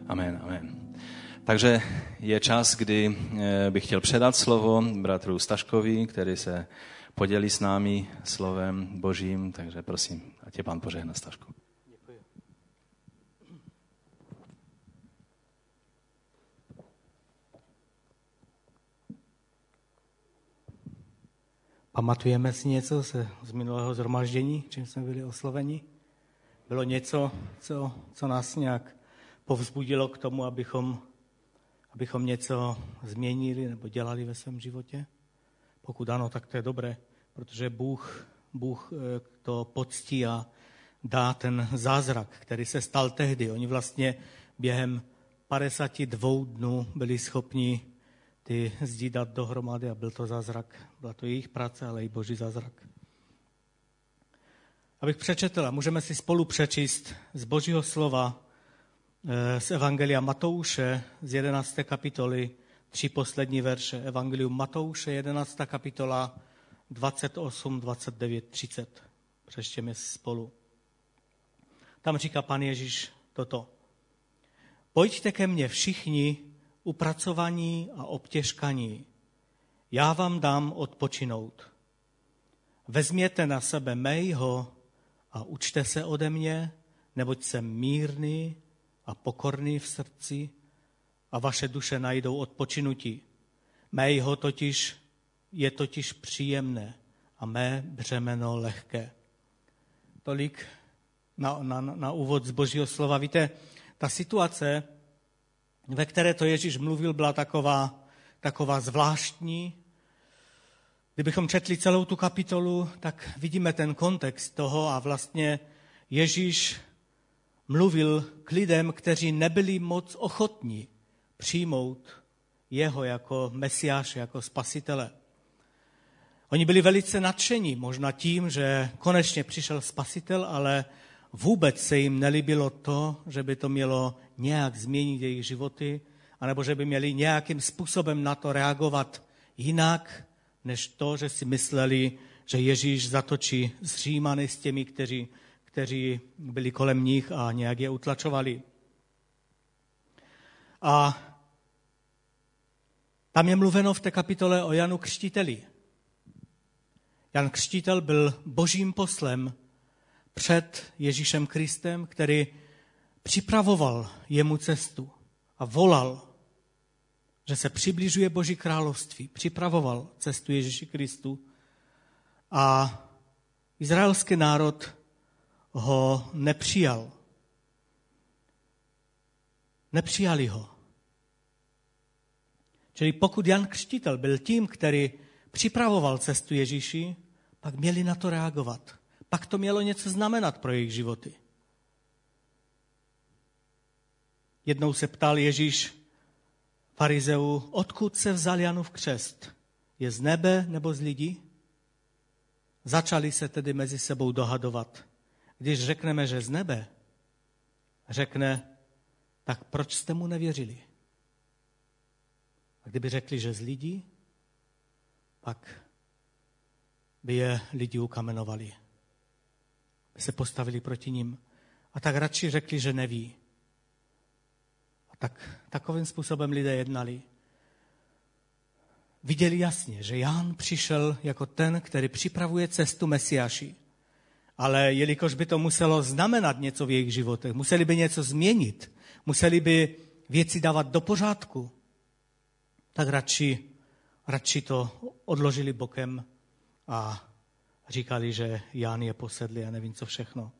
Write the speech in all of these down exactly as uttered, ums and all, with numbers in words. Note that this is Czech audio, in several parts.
Amen, amen. Takže je čas, kdy bych chtěl předat slovo bratru Staškovi, který se podělí s námi slovem Božím, takže prosím, ať tě Pán požehná, Stašku. Děkuji. Pamatujeme si něco z, z minulého shromaždění, čím jsme byli osloveni? Bylo něco, co, co nás nějak povzbudilo k tomu, abychom, abychom něco změnili nebo dělali ve svém životě? Pokud ano, tak to je dobré, protože Bůh, Bůh to poctí a dá ten zázrak, který se stal tehdy. Oni vlastně během padesát dva dnů byli schopni ty zdi dát dohromady a byl to zázrak. Byla to jejich práce, ale i Boží zázrak. Abych přečetl, a můžeme si spolu přečíst z Božího slova z Evangelia Matouše z jedenácté kapitoly, tři poslední verše. Evangelium Matouše, jedenáctá kapitola, dvacet osm, dvacet devět, třicet. Přečtěme si spolu. Tam říká Pán Ježíš toto. Pojďte ke mně všichni upracovaní a obtěžkaní. Já vám dám odpočinout. Vezměte na sebe mého a učte se ode mě, neboť jsem mírný a pokorný v srdci a vaše duše najdou odpočinutí. Mého totiž je totiž příjemné a mé břemeno lehké. Tolik na, na, na úvod z Božího slova. Víte, ta situace, ve které to Ježíš mluvil, byla taková, taková zvláštní. Kdybychom četli celou tu kapitolu, tak vidíme ten kontext toho a vlastně Ježíš mluvil k lidem, kteří nebyli moc ochotní přijmout jeho jako mesiáše, jako spasitele. Oni byli velice nadšení, možná tím, že konečně přišel spasitel, ale vůbec se jim nelíbilo to, že by to mělo nějak změnit jejich životy, anebo že by měli nějakým způsobem na to reagovat jinak, než to, že si mysleli, že Ježíš zatočí s Římany, s těmi, kteří, kteří byli kolem nich a nějak je utlačovali. A tam je mluveno v té kapitole o Janu Křtiteli. Jan Křtitel byl božím poslem před Ježíšem Kristem, který připravoval jemu cestu a volal, že se přibližuje Boží království. Připravoval cestu Ježíši Kristu a izraelský národ ho nepřijal. Nepřijali ho. Čili pokud Jan Křtitel byl tím, který připravoval cestu Ježíši, pak měli na to reagovat. Pak to mělo něco znamenat pro jejich životy. Jednou se ptal Ježíš farizeu, odkud se vzal Janův křest? Je z nebe nebo z lidí? Začali se tedy mezi sebou dohadovat. Když řekneme, že z nebe, řekne, tak proč jste mu nevěřili? A kdyby řekli, že z lidí, pak by je lidi ukamenovali. By se postavili proti nim. A tak radši řekli, že neví. A tak takovým způsobem lidé jednali. Viděli jasně, že Jan přišel jako ten, který připravuje cestu Mesiáši. Ale jelikož by to muselo znamenat něco v jejich životech, museli by něco změnit, museli by věci dávat do pořádku, tak radši, radši to odložili bokem a říkali, že Jan je posedlý a nevím co všechno.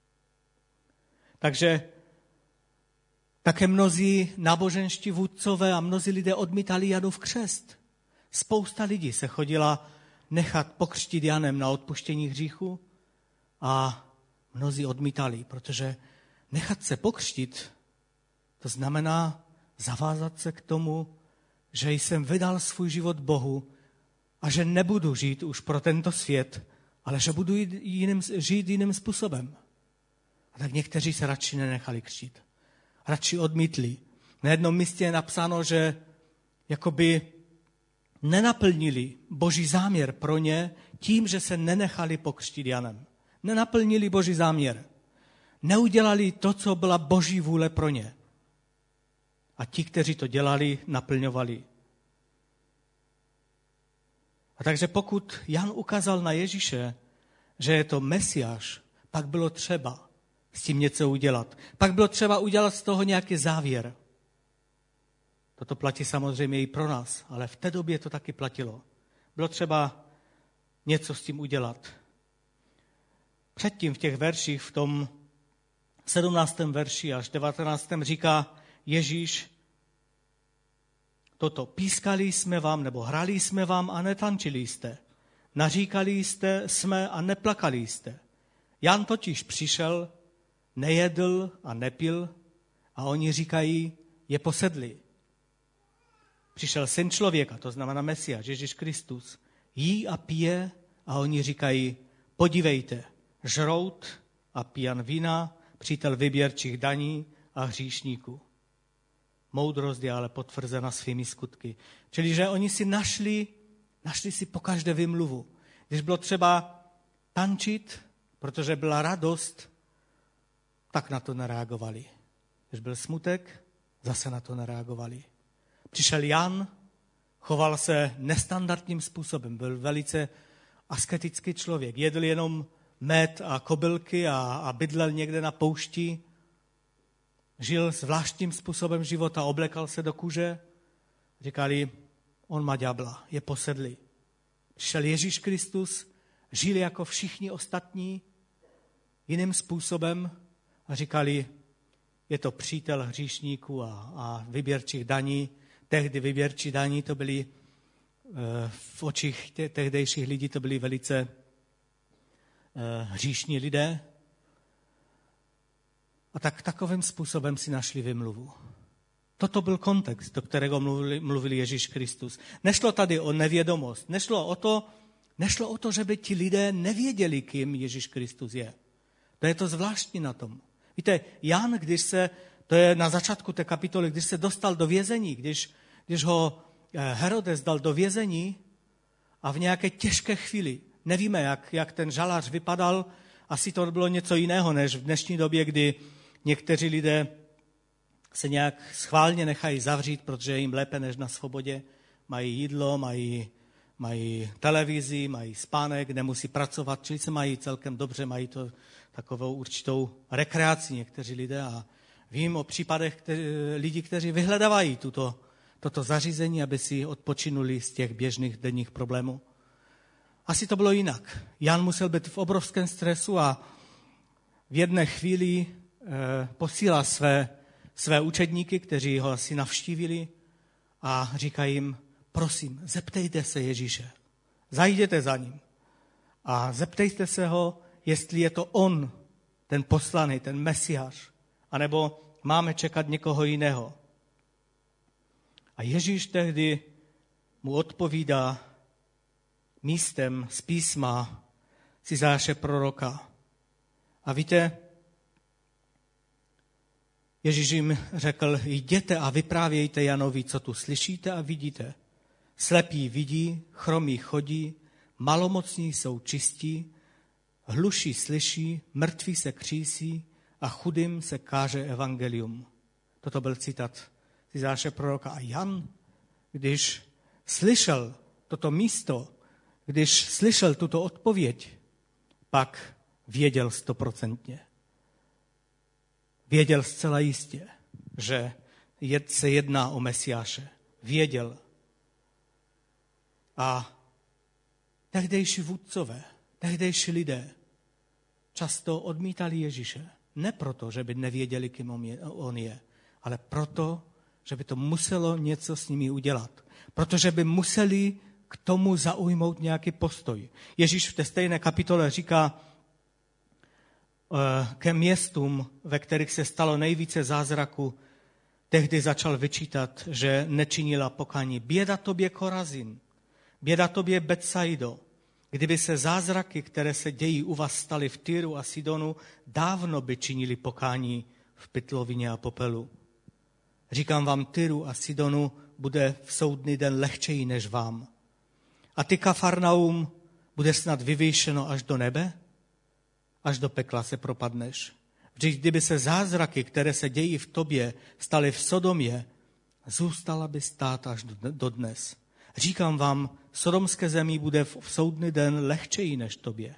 Takže také mnozí náboženští vůdcové a mnozí lidé odmítali Janův křest. Spousta lidí se chodila nechat pokřtít Janem na odpuštění hříchu a mnozí odmítali, protože nechat se pokřtít, to znamená zavázat se k tomu, že jsem vydal svůj život Bohu a že nebudu žít už pro tento svět, ale že budu jiným, žít jiným způsobem. A tak někteří se radši nenechali křtít. Radši odmítli. Na jednom místě je napsáno, že jakoby nenaplnili Boží záměr pro ně tím, že se nenechali pokřtít Janem. Nenaplnili Boží záměr. Neudělali to, co byla Boží vůle pro ně. a ti, kteří to dělali, naplňovali. A takže pokud Jan ukázal na Ježíše, že je to Mesiáš, pak bylo třeba s tím něco udělat. Pak bylo třeba udělat z toho nějaký závěr. Toto platí samozřejmě i pro nás, ale v té době to taky platilo. Bylo třeba něco s tím udělat. Předtím v těch verších, v tom sedmnáctém verši až devatenáctém říká Ježíš toto. Pískali jsme vám, nebo hrali jsme vám a netančili jste. Naříkali jste jsme a neplakali jste. Jan totiž přišel, nejedl a nepil a oni říkají, je posedlý. Přišel syn člověka, to znamená Mesiáš, Ježíš Kristus, jí a pije a oni říkají, podívejte, žrout a pijan vína, přítel vyběrčích daní a hříšníků. Moudrost je ale potvrzena svými skutky. Čili, že oni si našli, našli si po každé vymluvu. Když bylo třeba tančit, protože byla radost, tak na to nereagovali. Když byl smutek, zase na to nereagovali. Přišel Jan, choval se nestandardním způsobem, byl velice asketický člověk. Jedl jenom med a kobylky a, a bydlel někde na poušti. Žil zvláštním způsobem života, oblekal se do kůže. Říkali, on má ďábla, je posedlý. Přišel Ježíš Kristus, žil jako všichni ostatní, jiným způsobem a říkali, je to přítel hříšníků a, a vyběrčích daní. Tehdy vyběrčí daní to byli v očích tehdejších lidí to byli velice hříšní lidé. A tak takovým způsobem si našli vymluvu. Toto byl kontext, do kterého mluvili, mluvil Ježíš Kristus. Nešlo tady o nevědomost, nešlo o to, nešlo o to, že by ti lidé nevěděli, kým Ježíš Kristus je. To je to zvláštní na tom. Víte, Jan, když se, to je na začátku té kapitoly, když se dostal do vězení, když, když ho Herodes dal do vězení a v nějaké těžké chvíli, nevíme, jak, jak ten žalář vypadal, asi to bylo něco jiného, než v dnešní době, kdy někteří lidé se nějak schválně nechají zavřít, protože je jim lépe než na svobodě. Mají jídlo, mají, mají televizi, mají spánek, nemusí pracovat, čili se mají celkem dobře, mají to takovou určitou rekreaci někteří lidé. A vím o případech kteří, lidí, kteří vyhledávají tuto, toto zařízení, aby si odpočinuli z těch běžných denních problémů. Asi to bylo jinak. Jan musel být v obrovském stresu a v jedné chvíli eh, posílá své, své učedníky, kteří ho asi navštívili a říká jim, prosím, zeptejte se Ježíše, zajděte za ním a zeptejte se ho, jestli je to on, ten poslaný, ten Mesiáš, anebo máme čekat někoho jiného. A Ježíš tehdy mu odpovídá místem z písma z Izajáše proroka. A víte, Ježíš jim řekl, jděte a vyprávějte Janovi, co tu slyšíte a vidíte. Slepí vidí, chromí chodí, malomocní jsou čistí, hluší slyší, mrtví se křísí a chudým se káže evangelium. Toto byl citát z Izajáše proroka. A Jan, když slyšel toto místo, když slyšel tuto odpověď, pak věděl stoprocentně. Věděl zcela jistě, že se jedná o Mesiáše. Věděl. A tehdejší vůdcové, tehdejší lidé často odmítali Ježíše. Ne proto, že by nevěděli, kým on je, ale proto, že by to muselo něco s nimi udělat. Protože by museli k tomu zaujmout nějaký postoj. Ježíš v té stejné kapitole říká ke městům, ve kterých se stalo nejvíce zázraku, tehdy začal vyčítat, že nečinila pokání. Běda tobě Korazin, běda tobě Betsaido. Kdyby se zázraky, které se dějí u vás, staly v Tyru a Sidonu, dávno by činili pokání v pytlovině a popelu. Říkám vám, Tyru a Sidonu bude v soudný den lehčeji než vám. A ty, Kafarnaum, bude snad vyvýšeno až do nebe? Až do pekla se propadneš. Vždyť kdyby se zázraky, které se dějí v tobě, staly v Sodomě, zůstala by stát až do dnes. Říkám vám, sodomské zemi bude v soudný den lehčeji než tobě.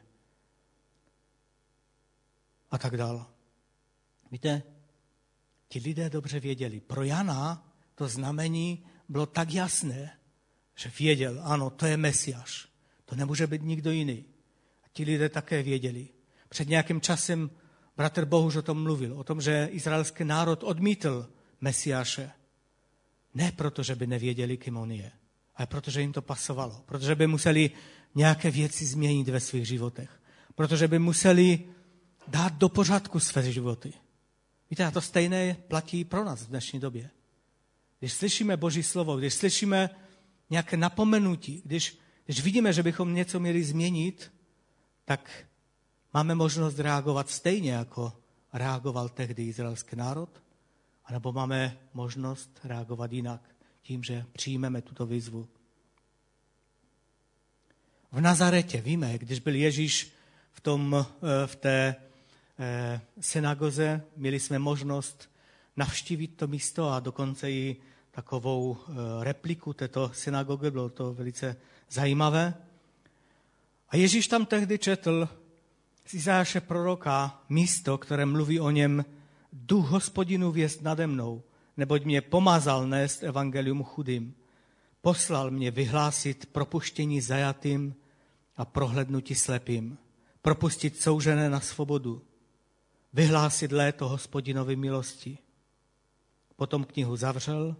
A tak dále. Víte, ti lidé dobře věděli. Pro Jana to znamení bylo tak jasné, že věděl, ano, to je Mesiáš. To nemůže být nikdo jiný. A ti lidé také věděli. Před nějakým časem bratr Bohuž o tom mluvil, o tom, že izraelský národ odmítl Mesiáše. Ne proto, že by nevěděli, kým on je, ale protože jim to pasovalo. Protože by museli nějaké věci změnit ve svých životech. Protože by museli dát do pořádku své životy. Víte, a to stejné platí pro nás v dnešní době. Když slyšíme Boží slovo, když slyšíme nějaké napomenutí, když, když vidíme, že bychom něco měli změnit, tak máme možnost reagovat stejně, jako reagoval tehdy izraelský národ, anebo máme možnost reagovat jinak, tím, že přijmeme tuto výzvu. V Nazaretě, víme, když byl Ježíš v, tom, v té synagoze, měli jsme možnost navštívit to místo a dokonce i takovou repliku této synagogy, bylo to velice zajímavé. A Ježíš tam tehdy četl z Izajáše proroka místo, které mluví o něm: Duch Hospodinův jest nade mnou, neboť mě pomazal nést evangelium chudým. Poslal mě vyhlásit propuštění zajatým a prohlédnutí slepým, propustit soužené na svobodu, vyhlásit léto Hospodinovy milosti. Potom knihu zavřel,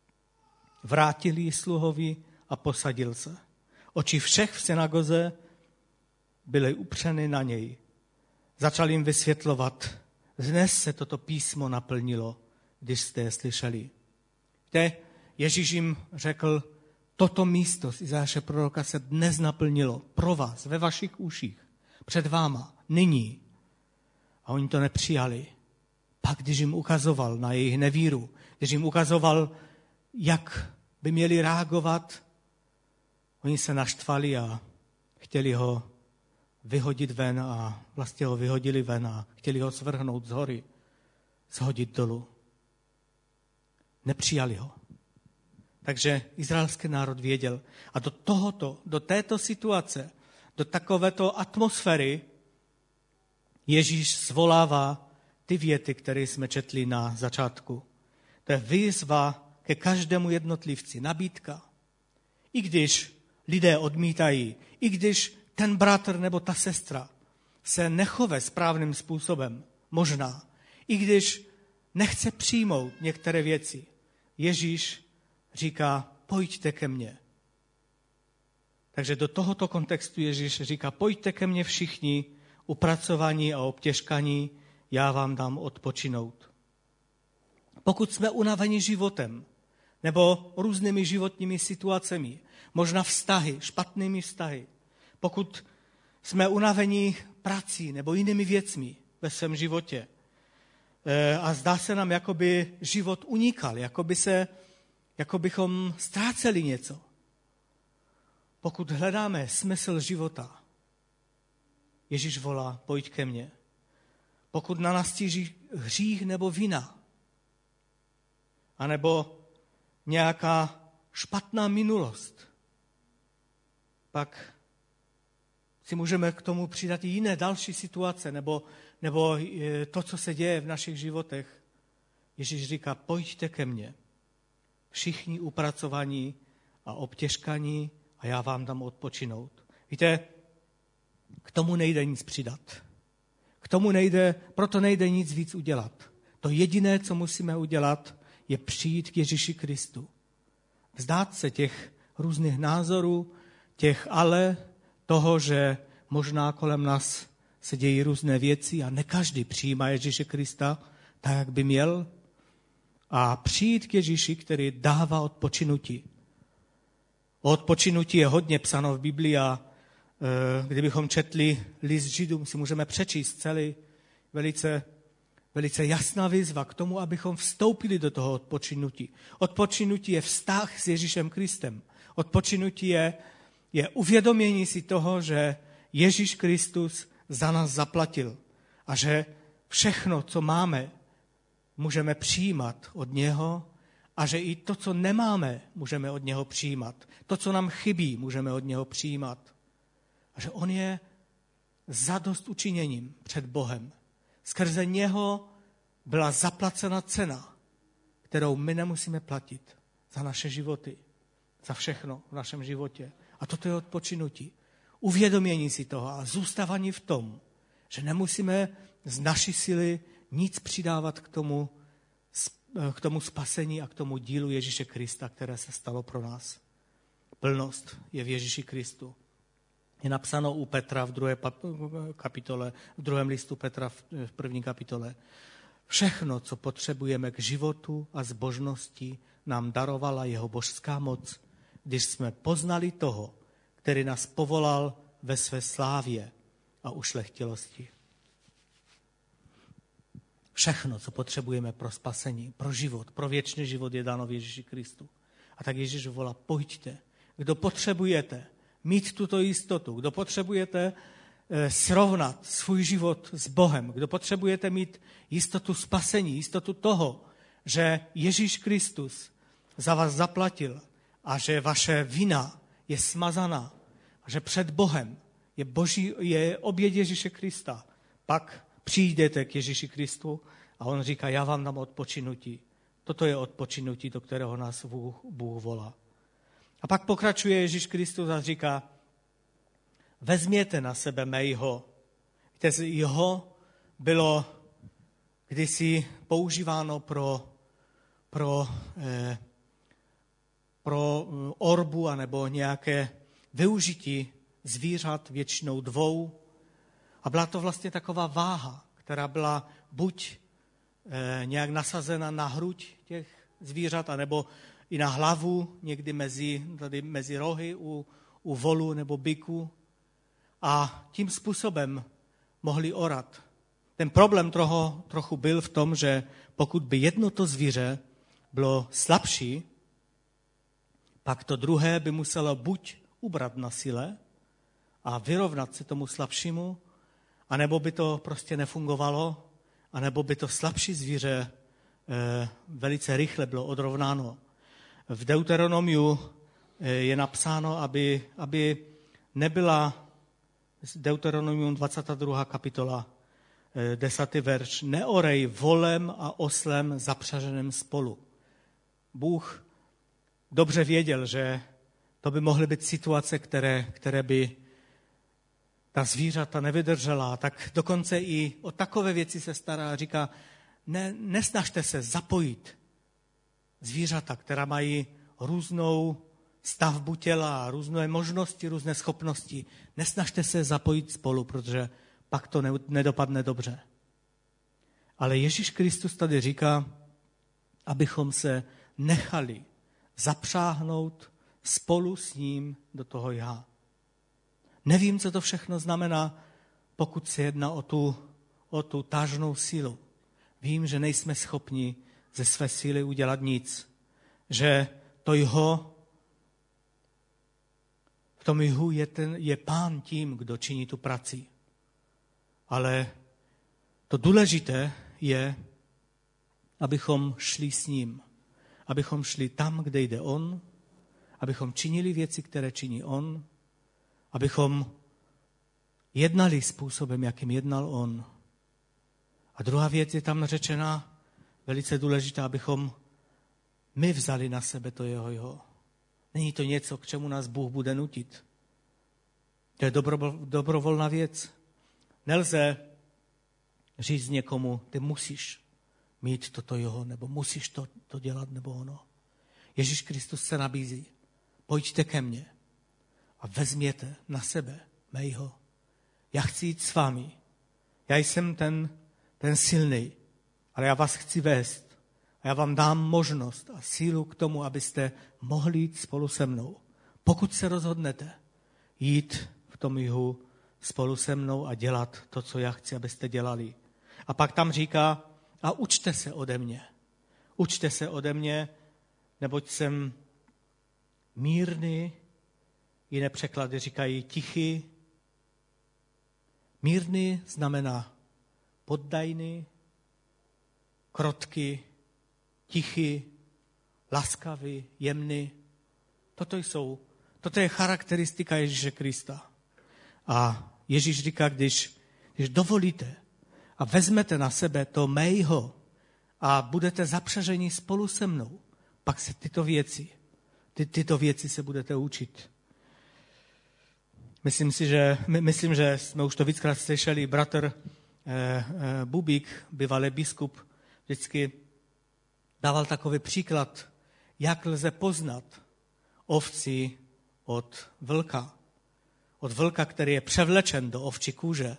vrátil ji sluhovi a posadil se. Oči všech v synagoze byly upřeny na něj. Začal jim vysvětlovat: dnes se toto písmo naplnilo, když jste je slyšeli. Víte, Ježíš jim řekl: toto místo z Izajáše proroka se dnes naplnilo pro vás, ve vašich uších, před váma, nyní. A oni to nepřijali. Pak, když jim ukazoval na jejich nevíru, když jim ukazoval, jak by měli reagovat, oni se naštvali a chtěli ho vyhodit ven a vlastně ho vyhodili ven a chtěli ho svrhnout z hory, shodit dolů. Nepřijali ho. Takže izraelský národ věděl. A do tohoto, do této situace, do takovéto atmosféry Ježíš svolává ty věty, které jsme četli na začátku. To je výzva ke každému jednotlivci, nabídka. I když lidé odmítají, i když ten bratr nebo ta sestra se nechove správným způsobem, možná, i když nechce přijmout některé věci, Ježíš říká: pojďte ke mně. Takže do tohoto kontextu Ježíš říká: pojďte ke mně všichni, upracovaní a obtěžkaní, já vám dám odpočinout. Pokud jsme unaveni životem nebo různými životními situacemi, možná vztahy, špatnými vztahy, pokud jsme unaveni prací nebo jinými věcmi ve svém životě a zdá se nám, jako by život unikal, jako by se, jako bychom ztráceli něco. Pokud hledáme smysl života, Ježíš volá: pojď ke mně. Pokud na nás tíží hřích nebo vina, anebo nějaká špatná minulost, pak si můžeme k tomu přidat i jiné další situace, nebo, nebo to, co se děje v našich životech. Ježíš říká: pojďte ke mně, všichni upracovaní a obtěžkaní, a já vám dám odpočinout. Víte, k tomu nejde nic přidat. K tomu nejde, proto nejde nic víc udělat. To jediné, co musíme udělat, je přijít k Ježíši Kristu. Vzdát se těch různých názorů, těch ale, toho, že možná kolem nás se dějí různé věci a ne každý přijímá Ježíše Krista tak, jak by měl, a přijít k Ježíši, který dává odpočinutí. O odpočinutí je hodně psáno v Biblii a e, kdybychom četli list Židům, si můžeme přečíst celý velice, velice jasná výzva k tomu, abychom vstoupili do toho odpočinutí. Odpočinutí je vztah s Ježíšem Kristem. Odpočinutí je, je uvědomění si toho, že Ježíš Kristus za nás zaplatil a že všechno, co máme, můžeme přijímat od něho a že i to, co nemáme, můžeme od něho přijímat. To, co nám chybí, můžeme od něho přijímat. A že on je zadost učiněním před Bohem. Skrze něho byla zaplacena cena, kterou my nemusíme platit za naše životy, za všechno v našem životě. A toto je odpočinutí. Uvědomění si toho a zůstávání v tom, že nemusíme z naší síly nic přidávat k tomu, k tomu spasení a k tomu dílu Ježíše Krista, které se stalo pro nás. Plnost je v Ježíši Kristu. Je napsáno u Petra v druhé kapitole, v druhém listu Petra v první kapitole. Všechno, co potřebujeme k životu a zbožnosti, nám darovala jeho božská moc, když jsme poznali toho, který nás povolal ve své slávě a ušlechtilosti. Všechno, co potřebujeme pro spasení, pro život, pro věčný život je dáno v Ježíši Kristu. A tak Ježíš volá, pojďte. Kdo potřebujete mít tuto jistotu, kdo potřebujete srovnat svůj život s Bohem, kdo potřebujete mít jistotu spasení, jistotu toho, že Ježíš Kristus za vás zaplatil a že vaše vina je smazaná a že před Bohem je, boží, je oběť Ježíše Krista, pak přijdete k Ježíši Kristu a on říká, já vám dám odpočinutí. Toto je odpočinutí, do kterého nás Bůh, Bůh volá. A pak pokračuje Ježíš Kristus a říká, vezměte na sebe mého. Víte, jeho bylo kdysi používáno pro, pro, eh, pro orbu anebo nějaké využití zvířat, většinou dvou. A byla to vlastně taková váha, která byla buď eh, nějak nasazena na hruď těch zvířat, anebo i na hlavu, někdy mezi, tady mezi rohy u, u volu nebo byku. A tím způsobem mohli orat. Ten problém trochu, trochu byl v tom, že pokud by jedno to zvíře bylo slabší, pak to druhé by muselo buď ubrat na síle a vyrovnat se tomu slabšímu, anebo by to prostě nefungovalo, anebo by to slabší zvíře eh, velice rychle bylo odrovnáno. V Deuteronomiu eh, je napsáno, aby, aby nebyla Deuteronomium dvacátá druhá kapitola, desátý verš. Neorej volem a oslem zapřaženém spolu. Bůh dobře věděl, že to by mohly být situace, které, které by ta zvířata nevydržela. Tak dokonce i o takové věci se stará a říká, ne, nesnažte se zapojit zvířata, která mají různou stavbu těla, různé možnosti, různé schopnosti. Nesnažte se zapojit spolu, protože pak to ne, nedopadne dobře. Ale Ježíš Kristus tady říká, abychom se nechali zapřáhnout spolu s ním do toho já. Nevím, co to všechno znamená, pokud se jedná o tu, o tu tážnou sílu. Vím, že nejsme schopni ze své síly udělat nic. Že to jeho v tom jihu je, ten, je Pán tím, kdo činí tu práci. Ale to důležité je, abychom šli s ním. Abychom šli tam, kde jde on, abychom činili věci, které činí on, abychom jednali způsobem, jakým jednal on. A druhá věc je tam řečena, velice důležitá, abychom my vzali na sebe to jeho jeho. Není to něco, k čemu nás Bůh bude nutit. To je dobro, dobrovolná věc. Nelze říct někomu, ty musíš mít toto jeho, nebo musíš to, to dělat, nebo ono. Ježíš Kristus se nabízí. Pojďte ke mně a vezměte na sebe mého. Já chci jít s vámi. Já jsem ten, ten silný, ale já vás chci vést. A já vám dám možnost a sílu k tomu, abyste mohli jít spolu se mnou. Pokud se rozhodnete jít v tom jihu spolu se mnou a dělat to, co já chci, abyste dělali. A pak tam říká, a učte se ode mě. Učte se ode mě, neboť jsem mírný, jiné překlady říkají tichý. Mírný znamená poddajný, krotký, tichý, laskavý, jemný. Toto jsou, toto je charakteristika Ježíše Krista. A Ježíš říká, když, když dovolíte a vezmete na sebe to mého a budete zapřaženi spolu se mnou, pak se tyto věci, ty, tyto věci se budete učit. Myslím si, že, my, myslím, že jsme už to víckrát slyšeli, bratr eh, eh, Bubík, bývalý biskup, vždycky dával takový příklad, jak lze poznat ovci od vlka. Od vlka, který je převlečen do ovčí kůže.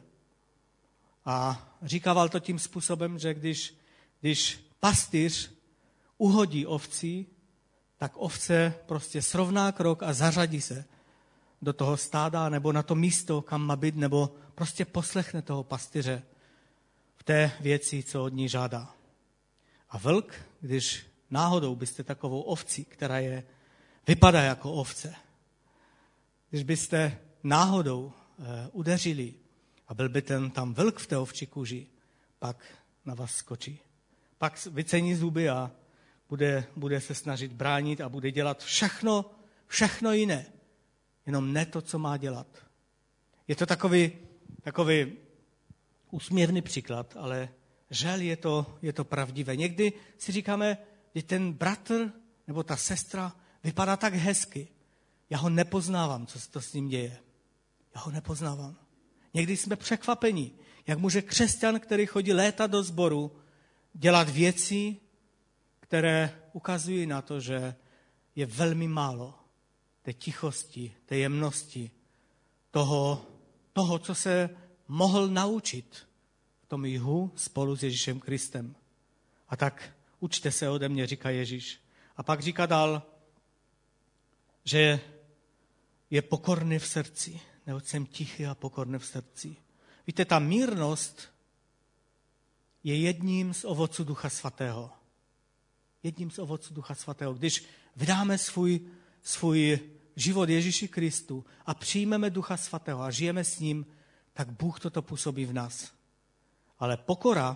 A říkával to tím způsobem, že když, když pastýř uhodí ovci, tak ovce prostě srovná krok a zařadí se do toho stáda nebo na to místo, kam má být, nebo prostě poslechne toho pastýře v té věci, co od ní žádá. A vlk, když náhodou byste takovou ovcí, která je, vypadá jako ovce, když byste náhodou e, udeřili a byl by ten tam vlk v té ovčí kůži, pak na vás skočí. Pak vycení zuby a bude, bude se snažit bránit a bude dělat všechno, všechno jiné. Jenom ne to, co má dělat. Je to takový, takový úsměvný příklad, ale žel je to, je to pravdivé. Někdy si říkáme, že ten bratr nebo ta sestra vypadá tak hezky. Já ho nepoznávám, co se to s ním děje. Já ho nepoznávám. Někdy jsme překvapeni, jak může křesťan, který chodí léta do sboru, dělat věci, které ukazují na to, že je velmi málo té tichosti, té jemnosti, toho, toho, co se mohl naučit v tom jihu spolu s Ježíšem Kristem. A tak učte se ode mě, říká Ježíš. A pak říká dál, že je pokorný v srdci, neboť jsem tichý a pokorný v srdci. Víte, ta mírnost je jedním z ovoců Ducha Svatého. Jedním z ovoců Ducha Svatého. Když vydáme svůj, svůj život Ježíši Kristu a přijmeme Ducha Svatého a žijeme s ním, tak Bůh toto působí v nás. Ale pokora,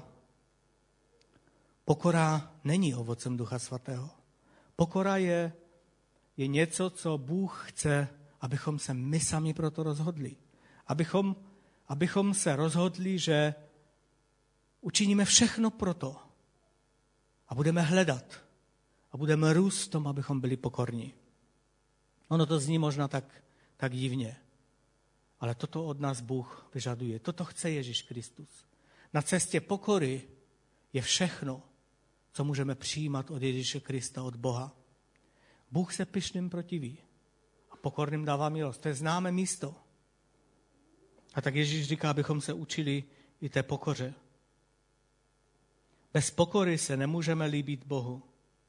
pokora není ovocem Ducha Svatého. Pokora je, je něco, co Bůh chce, abychom se my sami proto rozhodli. Abychom, abychom se rozhodli, že učiníme všechno proto a budeme hledat a budeme růst v tom, abychom byli pokorní. Ono to zní možná tak, tak divně, ale toto od nás Bůh vyžaduje. Toto chce Ježíš Kristus. Na cestě pokory je všechno, co můžeme přijímat od Ježíše Krista, od Boha. Bůh se pyšným protiví a pokorným dává milost. To je známé místo. A tak Ježíš říká, abychom se učili i té pokoře. Bez pokory se nemůžeme líbit Bohu.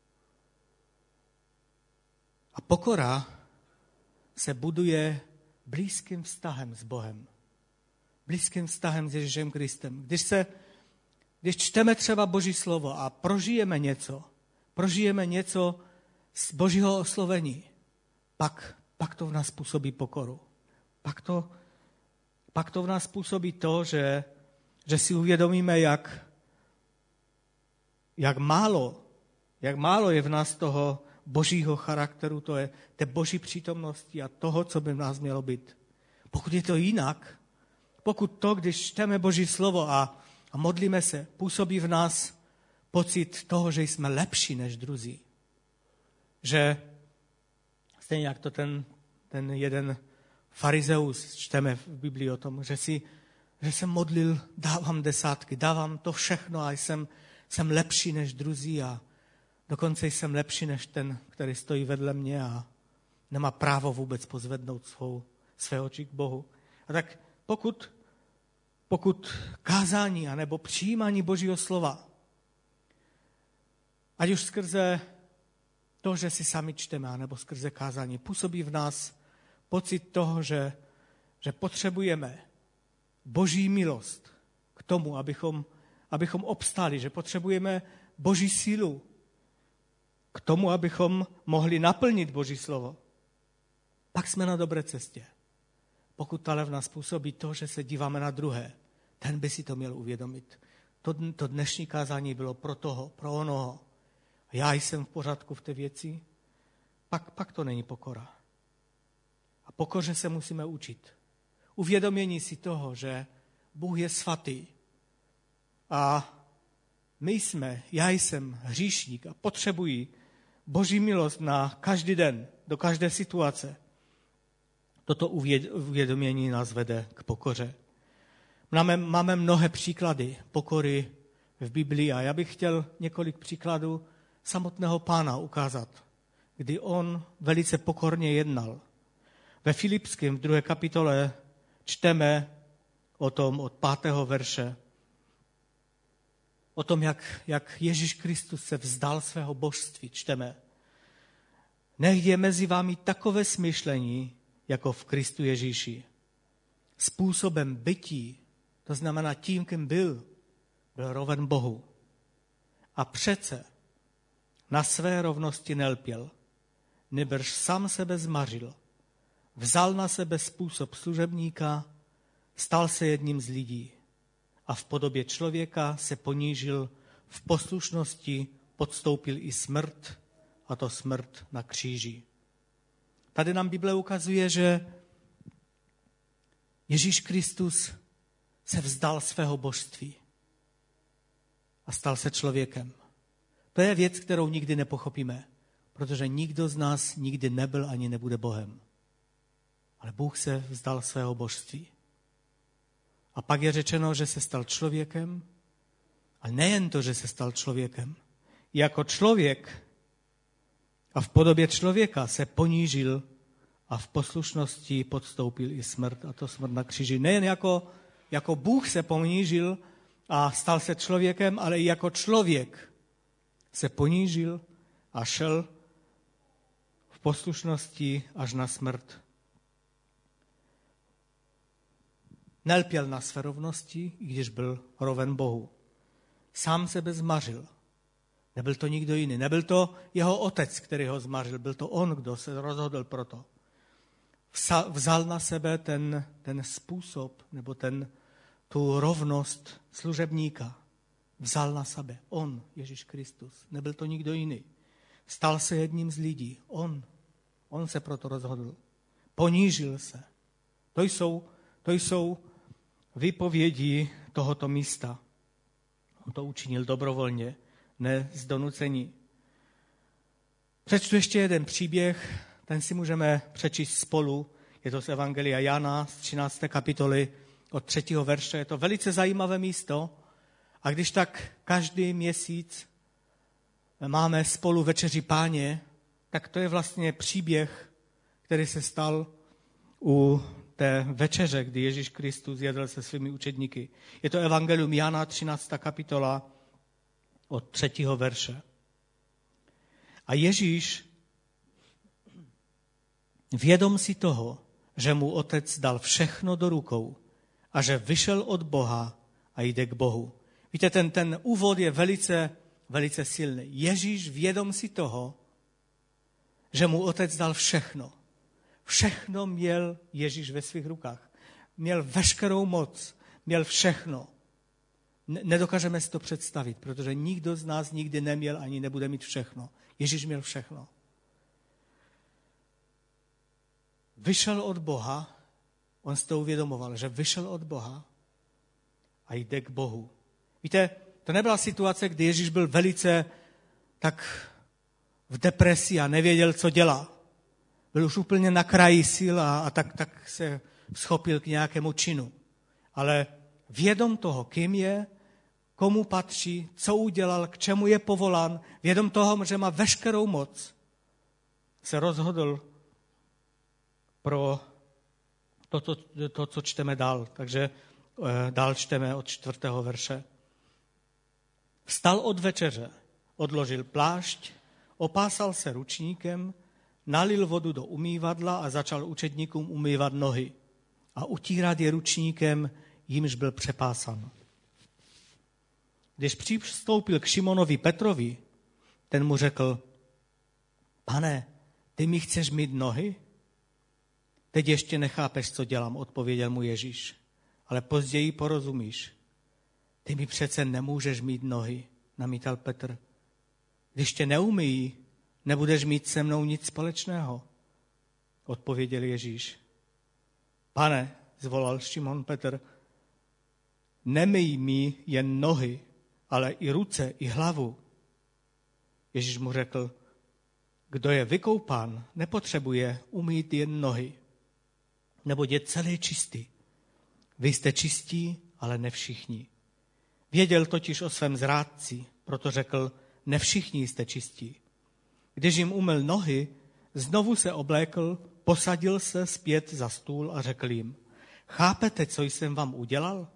A pokora se buduje blízkým vztahem s Bohem. Blízkým vztahem s Ježíšem Kristem. Když, se, když čteme třeba Boží slovo a prožijeme něco, prožijeme něco z Božího oslovení, pak, pak to v nás působí pokoru. Pak to, pak to v nás působí to, že, že si uvědomíme, jak, jak málo, jak málo je v nás toho Božího charakteru, to je té Boží přítomnosti a toho, co by v nás mělo být. Pokud je to jinak, pokud to, když čteme Boží slovo a, a modlíme se, působí v nás pocit toho, že jsme lepší než druzí. Že stejně jak to ten, ten jeden farizeus, čteme v Biblii o tom, že, si, že jsem modlil, dávám desátky, dávám to všechno a jsem, jsem lepší než druzí a dokonce jsem lepší než ten, který stojí vedle mě a nemá právo vůbec pozvednout svou, své oči k Bohu. A tak pokud, pokud kázání anebo přijímání Božího slova, ať už skrze to, že si sami čteme, anebo skrze kázání, působí v nás pocit toho, že, že potřebujeme Boží milost k tomu, abychom, abychom obstáli, že potřebujeme Boží sílu k tomu, abychom mohli naplnit Boží slovo. Pak jsme na dobré cestě. Pokud ale v nás působí to, že se díváme na druhé, ten by si to měl uvědomit. To, to dnešní kázání bylo pro toho, pro onoho. A já jsem v pořádku v té věci, pak, pak to není pokora. A pokoře se musíme učit. Uvědomění si toho, že Bůh je svatý a my jsme, já jsem hříšník a potřebuji Boží milost na každý den, do každé situace. Toto uvědomění nás vede k pokoře. Máme, máme mnohé příklady pokory v Biblii a já bych chtěl několik příkladů samotného Pána ukázat, kdy on velice pokorně jednal. Ve Filipském v druhé kapitole čteme o tom od pátého verše, o tom, jak, jak Ježíš Kristus se vzdal svého božství, čteme. Nech je mezi vámi takové smýšlení, jako v Kristu Ježíši. Způsobem bytí, to znamená tím, kým byl, byl roven Bohu. A přece na své rovnosti nelpěl, nýbrž sám sebe zmařil. Vzal na sebe způsob služebníka, stal se jedním z lidí a v podobě člověka se ponížil, v poslušnosti podstoupil i smrt, a to smrt na kříži. Tady nám Bible ukazuje, že Ježíš Kristus se vzdal svého božství a stal se člověkem. To je věc, kterou nikdy nepochopíme, protože nikdo z nás nikdy nebyl ani nebude Bohem. Ale Bůh se vzdal svého božství. A pak je řečeno, že se stal člověkem, a nejen to, že se stal člověkem. Jako člověk a v podobě člověka se ponížil a v poslušnosti podstoupil i smrt, a to smrt na kříži. Nejen jako, jako Bůh se ponížil a stal se člověkem, ale i jako člověk se ponížil a šel v poslušnosti až na smrt. Nelpěl na své rovnosti, i když byl roven Bohu. Sám sebe zmařil. Nebyl to nikdo jiný. Nebyl to jeho otec, který ho zmařil. Byl to on, kdo se rozhodl pro to. Vzal na sebe ten, ten způsob, nebo ten, tu rovnost služebníka. Vzal na sebe. On, Ježíš Kristus. Nebyl to nikdo jiný. Stal se jedním z lidí. On. On se proto rozhodl. Ponížil se. To jsou, to jsou výpovědi tohoto místa. On to učinil dobrovolně, ne z donucení. Přečtu ještě jeden příběh, ten si můžeme přečíst spolu. Je to z Evangelia Jana z třinácté kapitoly od třetího verše. Je to velice zajímavé místo. A když tak každý měsíc máme spolu večeři Páně, tak to je vlastně příběh, který se stal u té večeře, kdy Ježíš Kristus jedl se svými učedníky. Je to Evangelium Jana, třináctá kapitola od třetího verše. A Ježíš, vědom si toho, že mu Otec dal všechno do rukou a že vyšel od Boha a jde k Bohu. Víte, ten, ten úvod je velice, velice silný. Ježíš vědom si toho, že mu Otec dal všechno. Všechno měl Ježíš ve svých rukách. Měl veškerou moc, měl všechno. Nedokážeme si to představit, protože nikdo z nás nikdy neměl ani nebude mít všechno. Ježíš měl všechno. Vyšel od Boha, on si to uvědomoval, že vyšel od Boha a jde k Bohu. Víte, to nebyla situace, kdy Ježíš byl velice tak v depresi a nevěděl, co dělá. Byl už úplně na kraji sil a, a tak, tak se schopil k nějakému činu. Ale vědom toho, kým je, komu patří, co udělal, k čemu je povolán, vědom toho, že má veškerou moc, se rozhodl pro to, to, to co čteme dál. Takže dál čteme od čtvrtého verše. Vstal od večeře, odložil plášť, opásal se ručníkem, nalil vodu do umývadla a začal učedníkům umývat nohy a utírat je ručníkem, jimž byl přepásan. Když přistoupil k Šimonovi Petrovi, ten mu řekl, Pane, ty mi chceš mít nohy? Teď ještě nechápeš, co dělám, odpověděl mu Ježíš, ale později porozumíš. Ty mi přece nemůžeš mít nohy, namítal Petr. Když tě neumyjí, nebudeš mít se mnou nic společného. Odpověděl Ježíš. Pane, zvolal Šimon Petr, nemyj mi jen nohy, ale i ruce, i hlavu. Ježíš mu řekl, kdo je vykoupán, nepotřebuje umýt jen nohy, neboť je celý čistý. Vy jste čistí, ale ne všichni. Věděl totiž o svém zrádci, proto řekl, ne všichni jste čistí. Když jim umyl nohy, znovu se oblékl, posadil se zpět za stůl a řekl jim, chápete, co jsem vám udělal?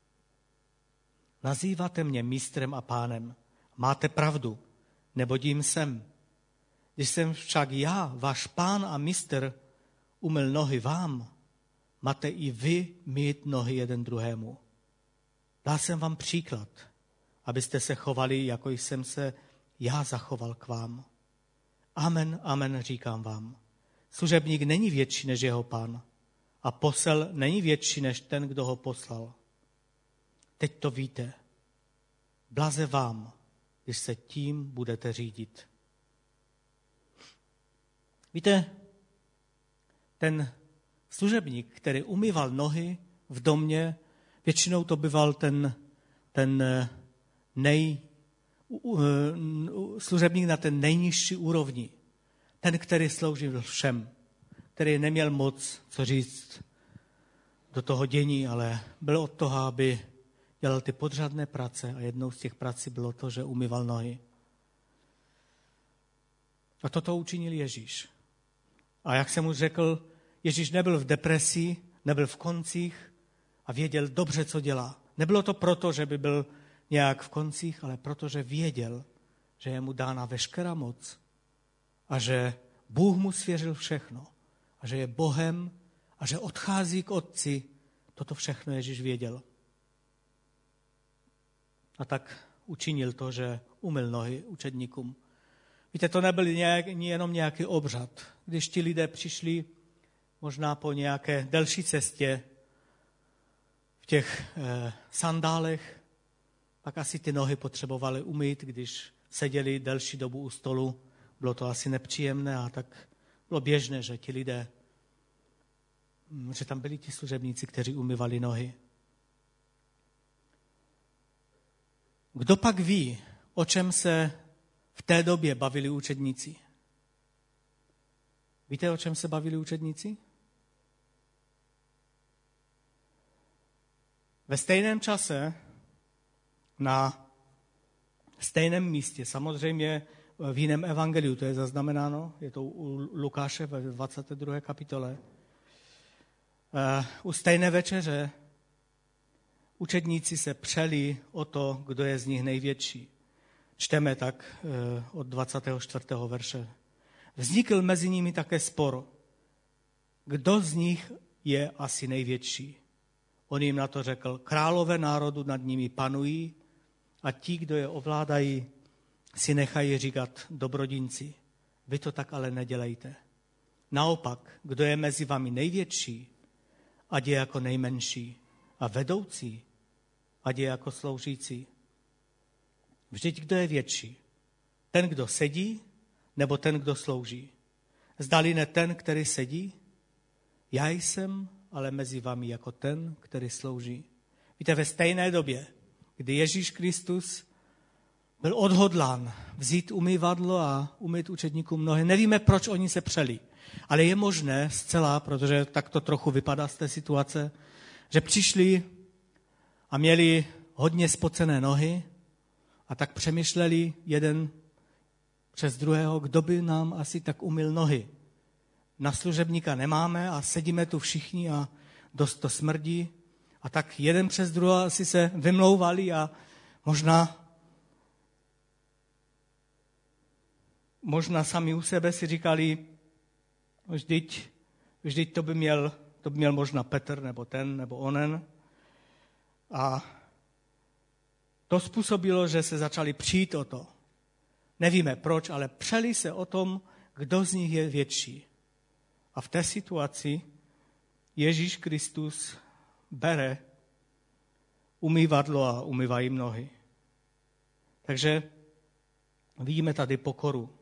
Nazýváte mě mistrem a pánem. Máte pravdu, neboť jim jsem. Když jsem však já, váš pán a mistr, umyl nohy vám, máte i vy mít nohy jeden druhému. Dal jsem vám příklad, abyste se chovali, jako jsem se já zachoval k vám. Amen, amen, říkám vám. Služebník není větší než jeho pán a posel není větší než ten, kdo ho poslal. Teď to víte. Blaze vám, když se tím budete řídit. Víte, ten služebník, který umýval nohy v domě, většinou to býval ten, ten nej, služebník na ten nejnižší úrovni. Ten, který sloužil všem, který neměl moc co říct do toho dění, ale byl od toho, aby dělal ty podřadné práce a jednou z těch prací bylo to, že umýval nohy. A toto učinil Ježíš. A jak jsem už řekl, Ježíš nebyl v depresi, nebyl v koncích a věděl dobře, co dělá. Nebylo to proto, že by byl nějak v koncích, ale proto, že věděl, že je mu dána veškerá moc a že Bůh mu svěřil všechno a že je Bohem a že odchází k Otci. Toto všechno Ježíš věděl. A tak učinil to, že umyl nohy učedníkům. Víte, to nebyl nějak, jenom nějaký obřad. Když ti lidé přišli možná po nějaké delší cestě v těch eh, sandálech, pak asi ty nohy potřebovali umýt, když seděli delší dobu u stolu. Bylo to asi nepříjemné a tak bylo běžné, že ti lidé, že tam byli ti služebníci, kteří umývali nohy. Kdo pak ví, o čem se v té době bavili učedníci? Víte, o čem se bavili učedníci? Ve stejném čase, na stejném místě, samozřejmě v jiném evangeliu, to je zaznamenáno, je to u Lukáše ve dvacáté druhé kapitole. U stejné večeře učedníci se přeli o to, kdo je z nich největší. Čteme tak od dvacátého čtvrtého verše. Vznikl mezi nimi také spor. Kdo z nich je asi největší? On jim na to řekl, králové národu nad nimi panují a ti, kdo je ovládají, si nechají říkat dobrodinci. Vy to tak ale nedělejte. Naopak, kdo je mezi vámi největší, ať je jako nejmenší a vedoucí, ať je jako sloužící. Vždyť kdo je větší? Ten, kdo sedí, nebo ten, kdo slouží? Zdali ne ten, který sedí? Já jsem ale mezi vámi jako ten, který slouží. Víte, ve stejné době, kdy Ježíš Kristus byl odhodlán vzít umyvadlo a umýt učedníkům nohy. Nevíme, proč oni se přeli, ale je možné zcela, protože tak to trochu vypadá z té situace, že přišli a měli hodně spocené nohy a tak přemýšleli jeden přes druhého, kdo by nám asi tak umyl nohy. Na služebníka nemáme a sedíme tu všichni a dost to smrdí. A tak jeden přes druhého asi se vymlouvali a možná možná sami u sebe si říkali, vždyť, vždyť to by měl, to by měl možná Petr nebo ten nebo onen. A to způsobilo, že se začali přijít o to. Nevíme proč, ale přeli se o tom, kdo z nich je větší. A v té situaci Ježíš Kristus bere umývadlo a umývá jim nohy. Takže Vidíme tady pokoru.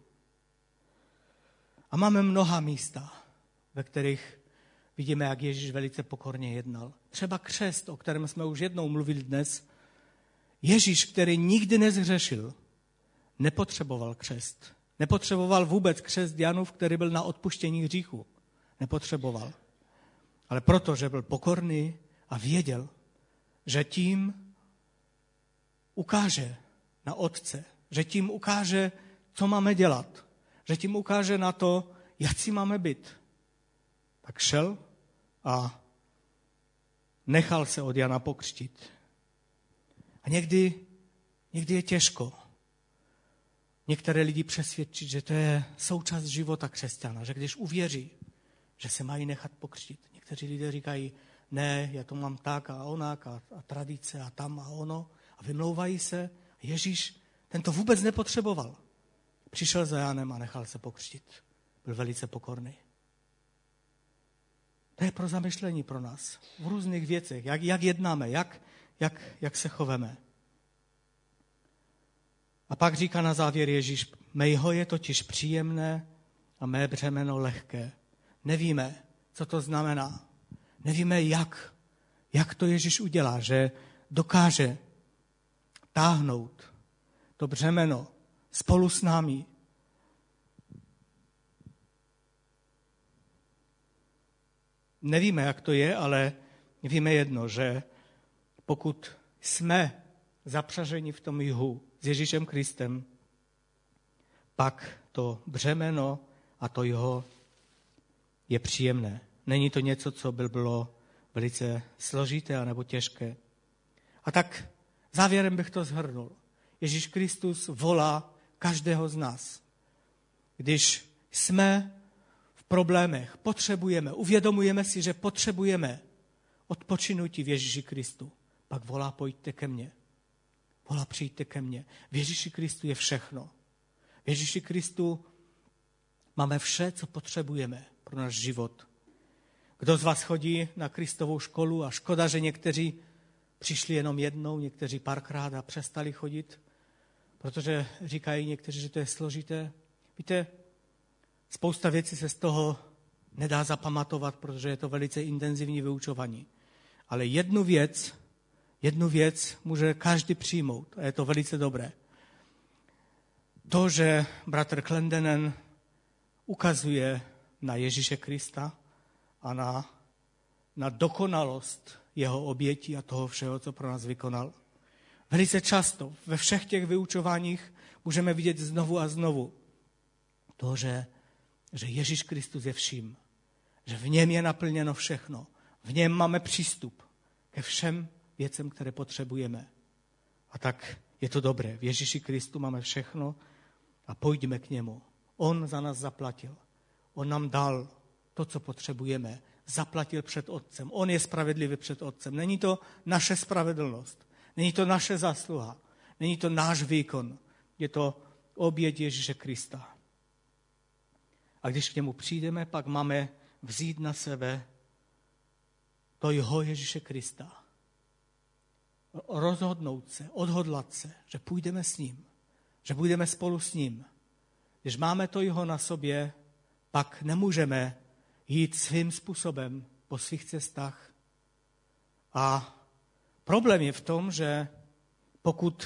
A máme mnoha místa, ve kterých vidíme, jak Ježíš velice pokorně jednal. Třeba křest, o kterém jsme už jednou mluvili dnes. Ježíš, který nikdy nezhřešil, nepotřeboval křest. Nepotřeboval vůbec křest Janův, který byl na odpuštění hříchu. Nepotřeboval. Ale protože byl pokorný a věděl, že tím ukáže na Otce, že tím ukáže, co máme dělat, že tím ukáže na to, jak si máme být. Tak šel a nechal se od Jana pokřtít. A někdy, někdy je těžko některé lidi přesvědčit, že to je součást života křesťana, že když uvěří, že se mají nechat pokřtít. Někteří lidé říkají, ne, já to mám tak a onak a, a tradice a tam a ono a vymlouvají se. Ježíš ten to vůbec nepotřeboval. Přišel za Janem a nechal se pokřtít. Byl velice pokorný. To je pro zamyšlení pro nás v různých věcech, jak, jak jednáme, jak, jak, jak se chováme. A pak říká na závěr Ježíš, mé jeho je totiž příjemné a mé břemeno lehké. Nevíme, co to znamená. Nevíme, jak, jak to Ježíš udělá, že dokáže táhnout to břemeno spolu s námi. Nevíme, jak to je, ale víme jedno, že pokud jsme zapřaženi v tom jihu s Ježíšem Kristem, pak to břemeno a to jeho je příjemné. Není to něco, co by bylo velice složité anebo těžké. A tak závěrem bych to shrnul. Ježíš Kristus volá každého z nás. Když jsme v problémech, potřebujeme, uvědomujeme si, že potřebujeme odpočinutí v Ježíši Kristu, pak volá, pojďte ke mně. Volá, přijďte ke mně. V Ježíši Kristu je všechno. V Ježíši Kristu máme vše, co potřebujeme pro náš život. Kdo z vás chodí na Kristovou školu a škoda, že někteří přišli jenom jednou, někteří párkrát a přestali chodit, protože říkají někteří, že to je složité. Víte, spousta věcí se z toho nedá zapamatovat, protože je to velice intenzivní vyučování. Ale jednu věc, jednu věc může každý přijmout a je to velice dobré. To, že bratr Clendenin ukazuje na Ježíše Krista a na, na dokonalost jeho obětí a toho všeho, co pro nás vykonal. Velice často ve všech těch vyučováních můžeme vidět znovu a znovu to, že, že Ježíš Kristus je vším, že v něm je naplněno všechno, v něm máme přístup ke všem věcem, které potřebujeme. A tak je to dobré. V Ježíši Kristu máme všechno a pojďme k němu. On za nás zaplatil. On nám dal to, co potřebujeme. Zaplatil před Otcem. On je spravedlivý před Otcem. Není to naše spravedlnost. Není to naše zásluha. Není to náš výkon. Je to oběť Ježíše Krista. A když k němu přijdeme, pak máme vzít na sebe to jeho Ježíše Krista. Rozhodnout se, odhodlat se, že půjdeme s ním. Že půjdeme spolu s ním. Když máme to jeho na sobě, pak nemůžeme jít svým způsobem po svých cestách. A problém je v tom, že pokud,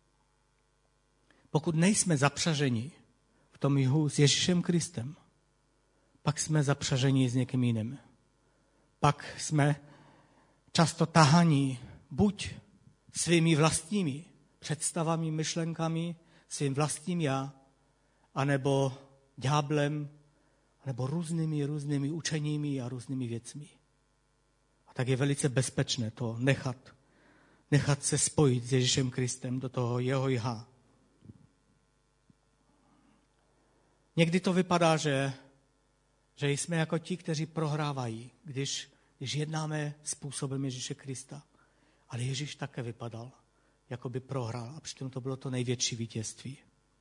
pokud nejsme zapřaženi v tom jihu s Ježíšem Kristem, pak jsme zapřaženi s někým jiným. Pak jsme často tahaní buď svými vlastními představami, myšlenkami, svým vlastním já, anebo ďáblem, nebo různými, různými učeními a různými věcmi. A tak je velice bezpečné to nechat, nechat se spojit s Ježíšem Kristem do toho jeho jha. Někdy to vypadá, že, že jsme jako ti, kteří prohrávají, když, když jednáme způsobem Ježíše Krista. Ale Ježíš také vypadal, jako by prohrál a přitom to bylo to největší vítězství.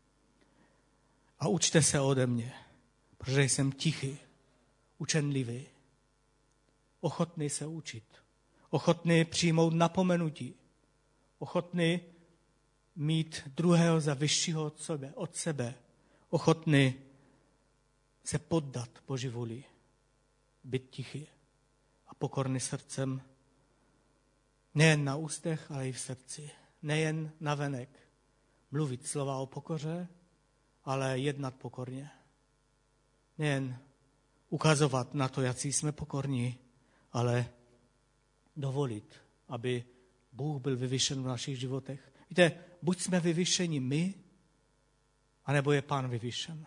A učte se ode mě, protože jsem tichý, učenlivý, ochotný se učit, ochotný přijmout napomenutí, ochotný mít druhého za vyššího od sebe, od sebe, ochotný se poddat Boží vůli, být tichý a pokorný srdcem, nejen na ústech, ale i v srdci. Nejen navenek mluvit slova o pokoře, ale jednat pokorně. Nejen ukazovat na to, jaký jsme pokorní, ale dovolit, aby Bůh byl vyvyšen v našich životech. Víte, buď jsme vyvyšeni my, anebo je Pán vyvyšen.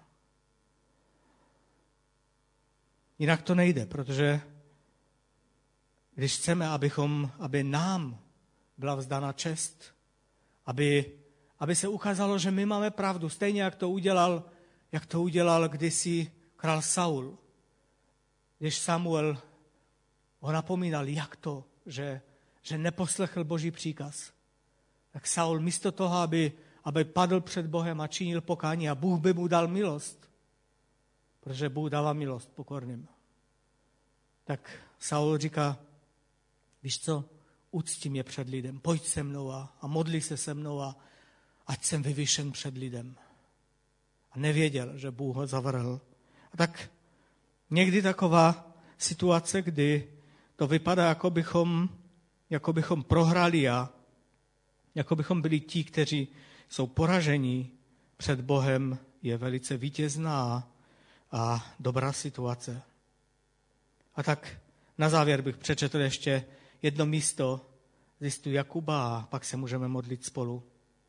Jinak to nejde, protože když chceme, abychom, aby nám byla vzdána čest, aby, aby se ukázalo, že my máme pravdu, stejně jak to udělal, jak to udělal kdysi král Saul. Když Samuel ho napomínal, jak to, že, že neposlechl Boží příkaz. Tak Saul místo toho, aby, aby padl před Bohem a činil pokání a Bůh by mu dal milost, protože Bůh dává milost pokorným. Tak Saul říká, víš co, ucti mě před lidem, pojď se mnou a, a modli se se mnou a ať jsem vyvyšen před lidem. A nevěděl, že Bůh ho zavrhl. A tak někdy taková situace, kdy to vypadá, jako bychom, jako bychom prohrali a jako bychom byli ti, kteří jsou poraženi před Bohem, je velice vítězná a dobrá situace. A tak na závěr bych přečetl ještě jedno místo z listu Jakuba a pak se můžeme modlit spolu.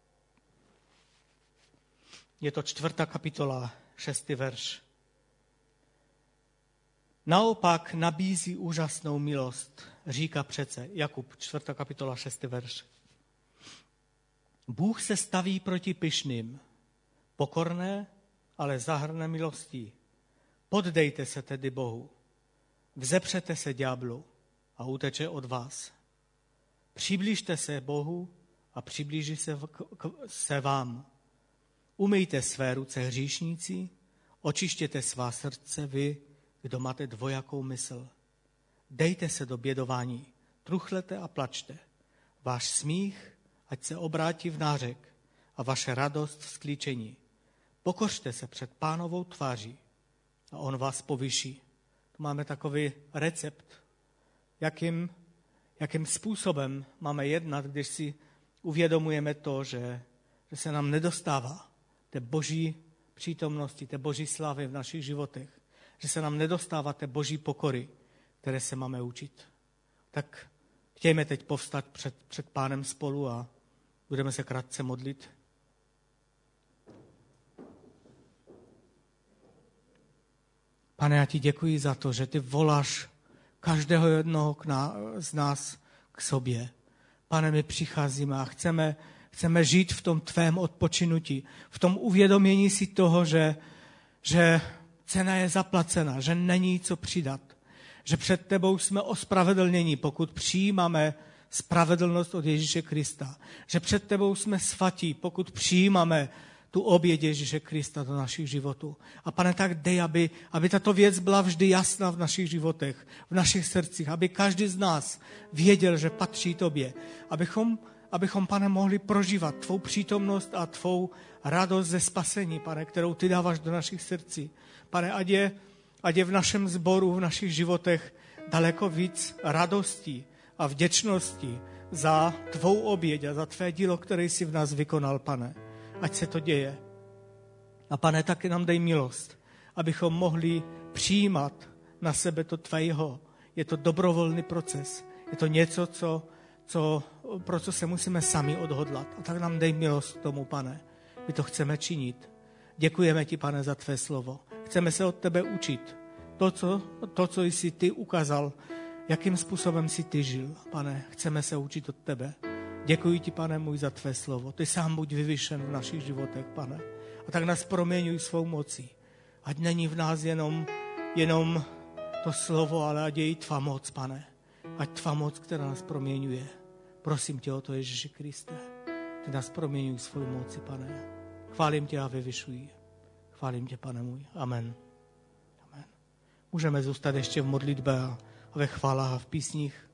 Je to čtvrtá kapitola, šestý verš. Naopak nabízí úžasnou milost, říká přece Jakub, čtvrtá kapitola, šestý verš. Bůh se staví proti pyšným, pokorné, ale zahrne milostí. Poddejte se tedy Bohu, vzepřete se ďáblu a uteče od vás. Přiblížte se Bohu a přiblíží se, k, se vám. Umyjte své ruce hříšníci, očištěte svá srdce vy, kdo máte dvojakou mysl. Dejte se do bědování, truchlete a plačte. Váš smích, ať se obrátí v nářek a vaše radost v sklíčení. Pokořte se před Pánovou tváří a on vás povyší. Tu máme takový recept, jakým, jakým způsobem máme jednat, když si uvědomujeme to, že, že se nám nedostává té boží přítomnosti, té boží slávy v našich životech, že se nám nedostává té boží pokory, které se máme učit. Tak chtějme teď povstat před, před Pánem spolu a budeme se krátce modlit. Pane, já ti děkuji za to, že ty voláš každého jednoho z nás k sobě. Pane, my přicházíme a chceme, chceme žít v tom tvém odpočinutí, v tom uvědomění si toho, že, že cena je zaplacena, že není co přidat, že před tebou jsme ospravedlněni, pokud přijímáme spravedlnost od Ježíše Krista, že před tebou jsme svatí, pokud přijímáme tu oběť Ježíše Krista do našich životů. A Pane, tak dej, aby, aby tato věc byla vždy jasná v našich životech, v našich srdcích, aby každý z nás věděl, že patří tobě, abychom, abychom, Pane, mohli prožívat tvou přítomnost a tvou radost ze spasení, Pane, kterou ty dáváš do našich srdcí. Pane, ať je, ať je v našem sboru, v našich životech daleko víc radostí a vděčnosti za tvou oběť a za tvé dílo, které jsi v nás vykonal, Pane. Ať se to děje. A Pane, taky nám dej milost, abychom mohli přijímat na sebe to tvého. Je to dobrovolný proces. Je to něco, co, co, pro co se musíme sami odhodlat. A tak nám dej milost k tomu, Pane. My to chceme činit. Děkujeme ti, Pane, za tvé slovo. Chceme se od tebe učit. To, co, to, co jsi ty ukázal, jakým způsobem jsi ty žil. Pane, chceme se učit od tebe. Děkuji ti, Pane můj, za tvé slovo. Ty sám buď vyvyšen v našich životech, Pane. A tak nás proměňuj svou mocí. Ať není v nás jenom, jenom to slovo, ale ať je i tvá moc, Pane. Ať tvá moc, která nás proměňuje. Prosím tě o to, Ježíši Kriste. Ty nás proměňuj svou moci, Pane. Chválím tě a vyvyšuji. Chválím tě, Pane můj. Amen. Amen. Můžeme zůstat ještě v modlitbě a ve chválách a v písních.